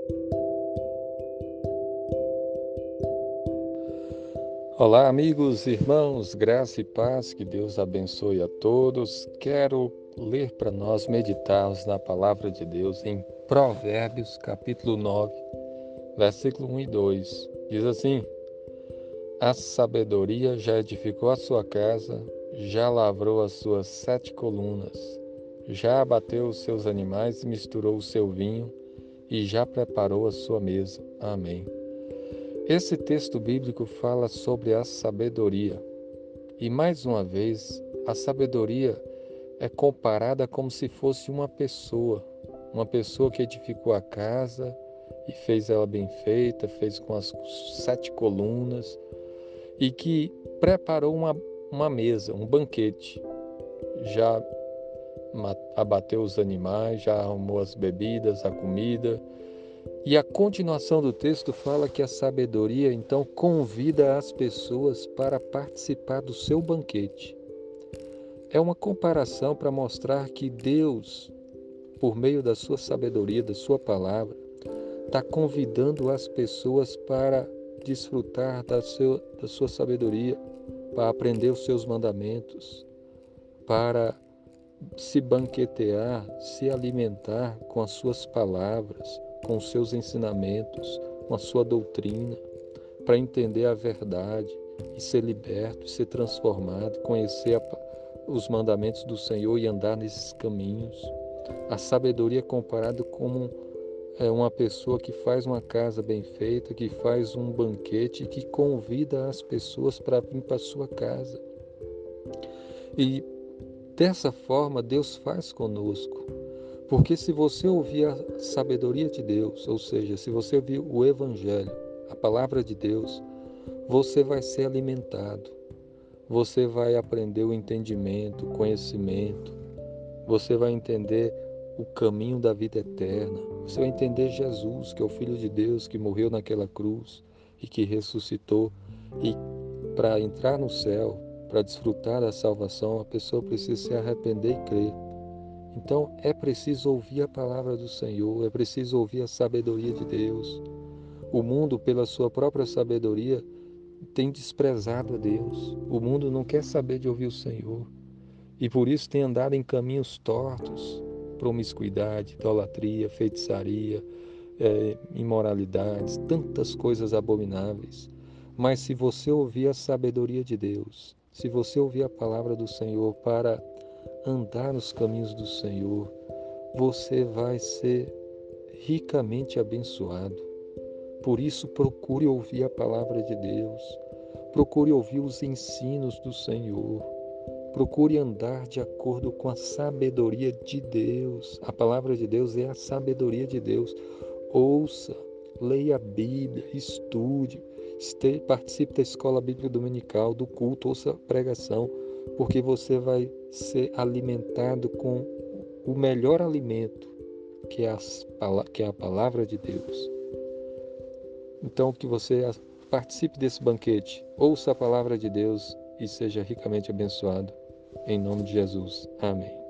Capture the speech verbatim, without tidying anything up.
Olá, amigos, irmãos, graça e paz, que Deus abençoe a todos. Quero ler para nós meditarmos na palavra de Deus em Provérbios, capítulo nove, versículo um e dois. Diz assim: A sabedoria já edificou a sua casa, já lavrou as suas sete colunas, já abateu os seus animais e misturou o seu vinho, e já preparou a sua mesa. Amém. Esse texto bíblico fala sobre a sabedoria. E mais uma vez, a sabedoria é comparada como se fosse uma pessoa, uma pessoa que edificou a casa e fez ela bem feita, fez com as sete colunas e que preparou uma, uma mesa, um banquete. Já abateu os animais, já arrumou as bebidas, a comida. E a continuação do texto fala que a sabedoria então convida as pessoas para participar do seu banquete. É uma comparação para mostrar que Deus, por meio da sua sabedoria, da sua palavra, está convidando as pessoas para desfrutar da, seu, da sua sabedoria, para aprender os seus mandamentos, para se banquetear, se alimentar com as suas palavras, com os seus ensinamentos, com a sua doutrina, para entender a verdade e ser liberto, ser transformado, conhecer a, os mandamentos do Senhor e andar nesses caminhos. A sabedoria é comparada como é, uma pessoa que faz uma casa bem feita, que faz um banquete, que convida as pessoas para vir para a sua casa. E dessa forma, Deus faz conosco. Porque se você ouvir a sabedoria de Deus, ou seja, se você ouvir o Evangelho, a palavra de Deus, você vai ser alimentado. Você vai aprender o entendimento, o conhecimento. Você vai entender o caminho da vida eterna. Você vai entender Jesus, que é o Filho de Deus, que morreu naquela cruz e que ressuscitou. E para entrar no céu, para desfrutar da salvação, a pessoa precisa se arrepender e crer. Então é preciso ouvir a palavra do Senhor, é preciso ouvir a sabedoria de Deus. O mundo, pela sua própria sabedoria, tem desprezado a Deus. O mundo não quer saber de ouvir o Senhor. E por isso tem andado em caminhos tortos, promiscuidade, idolatria, feitiçaria, é, imoralidades, tantas coisas abomináveis. Mas se você ouvir a sabedoria de Deus, se você ouvir a palavra do Senhor para andar nos caminhos do Senhor, você vai ser ricamente abençoado. Por isso, procure ouvir a palavra de Deus, procure ouvir os ensinos do Senhor, procure andar de acordo com a sabedoria de Deus. A palavra de Deus é a sabedoria de Deus. Ouça, leia a Bíblia, estude, participe da escola bíblica dominical, do culto, ouça a pregação, porque você vai ser alimentado com o melhor alimento, que é, as, que é a palavra de Deus. Então, que você participe desse banquete, ouça a palavra de Deus e seja ricamente abençoado. Em nome de Jesus. Amém.